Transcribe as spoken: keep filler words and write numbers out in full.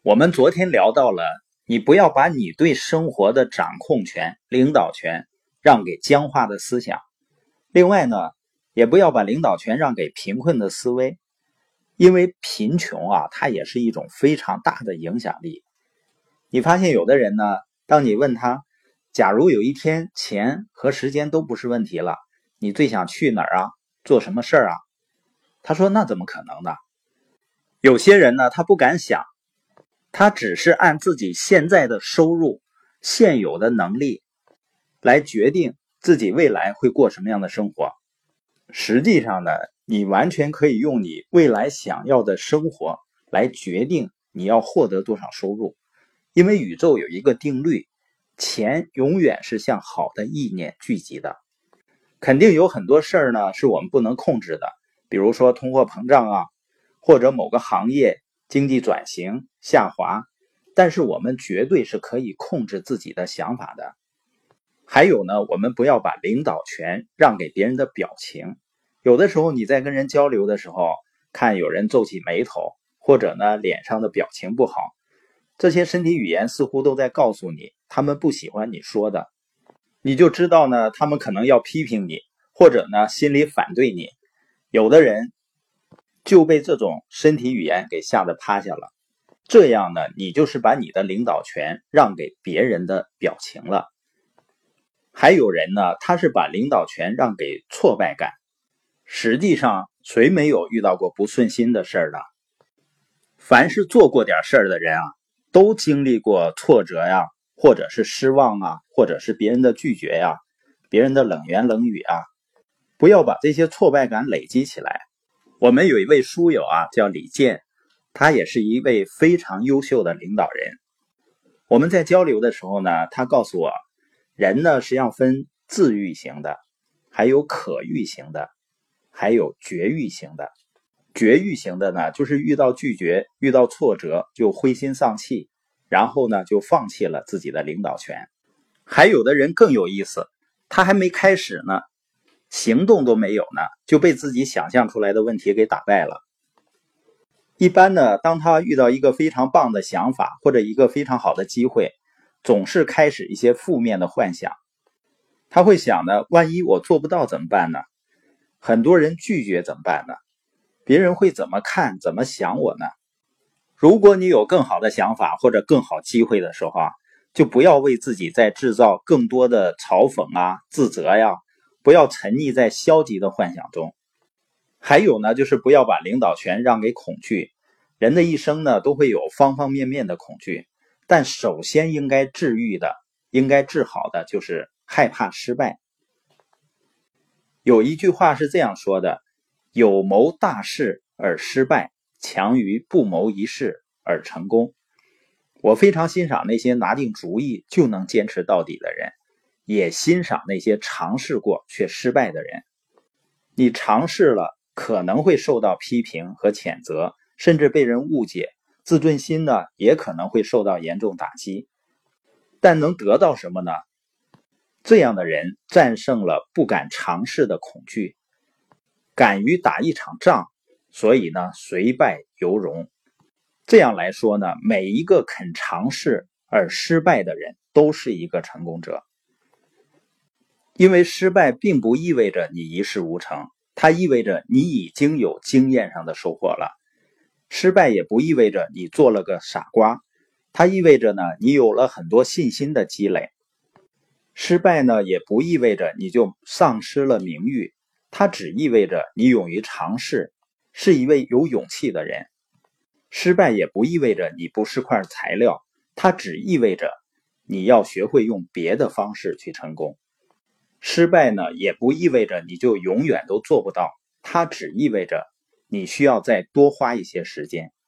我们昨天聊到了，你不要把你对生活的掌控权、领导权让给僵化的思想。另外呢，也不要把领导权让给贫困的思维，因为贫穷啊，它也是一种非常大的影响力。你发现有的人呢，当你问他，假如有一天钱和时间都不是问题了，你最想去哪儿啊？做什么事儿啊？他说那怎么可能呢？有些人呢，他不敢想，他只是按自己现在的收入、现有的能力来决定自己未来会过什么样的生活。实际上呢，你完全可以用你未来想要的生活来决定你要获得多少收入。因为宇宙有一个定律，钱永远是向好的意念聚集的。肯定有很多事儿呢是我们不能控制的，比如说通货膨胀啊，或者某个行业经济转型下滑，但是我们绝对是可以控制自己的想法的。还有呢，我们不要把领导权让给别人的表情。有的时候你在跟人交流的时候，看有人皱起眉头，或者呢脸上的表情不好，这些身体语言似乎都在告诉你，他们不喜欢你说的。你就知道呢，他们可能要批评你，或者呢心里反对你。有的人就被这种身体语言给吓得趴下了。这样呢，你就是把你的领导权让给别人的表情了。还有人呢，他是把领导权让给挫败感。实际上，谁没有遇到过不顺心的事儿呢？凡是做过点事儿的人啊，都经历过挫折呀，或者是失望啊，或者是别人的拒绝呀，别人的冷言冷语啊。不要把这些挫败感累积起来。我们有一位书友啊，叫李健，他也是一位非常优秀的领导人。我们在交流的时候呢，他告诉我，人呢实际上分自愈型的，还有可愈型的，还有绝愈型的。绝愈型的呢，就是遇到拒绝、遇到挫折就灰心丧气，然后呢就放弃了自己的领导权。还有的人更有意思，他还没开始呢，行动都没有呢，就被自己想象出来的问题给打败了。一般呢，当他遇到一个非常棒的想法或者一个非常好的机会，总是开始一些负面的幻想。他会想呢，万一我做不到怎么办呢？很多人拒绝怎么办呢？别人会怎么看怎么想我呢？如果你有更好的想法或者更好机会的时候啊，就不要为自己再制造更多的嘲讽啊、自责呀，不要沉溺在消极的幻想中。还有呢，就是不要把领导权让给恐惧。人的一生呢，都会有方方面面的恐惧，但首先应该治愈的、应该治好的就是害怕失败。有一句话是这样说的，有谋大事而失败，强于不谋一事而成功。我非常欣赏那些拿定主意就能坚持到底的人，也欣赏那些尝试过却失败的人。你尝试了，可能会受到批评和谴责，甚至被人误解，自尊心呢也可能会受到严重打击。但能得到什么呢？这样的人战胜了不敢尝试的恐惧，敢于打一场仗，所以呢虽败犹荣。这样来说呢，每一个肯尝试而失败的人都是一个成功者。因为失败并不意味着你一事无成，它意味着你已经有经验上的收获了。失败也不意味着你做了个傻瓜，它意味着呢你有了很多信心的积累。失败呢也不意味着你就丧失了名誉，它只意味着你勇于尝试，是一位有勇气的人。失败也不意味着你不是块材料，它只意味着你要学会用别的方式去成功。失败呢也不意味着你就永远都做不到，它只意味着你需要再多花一些时间。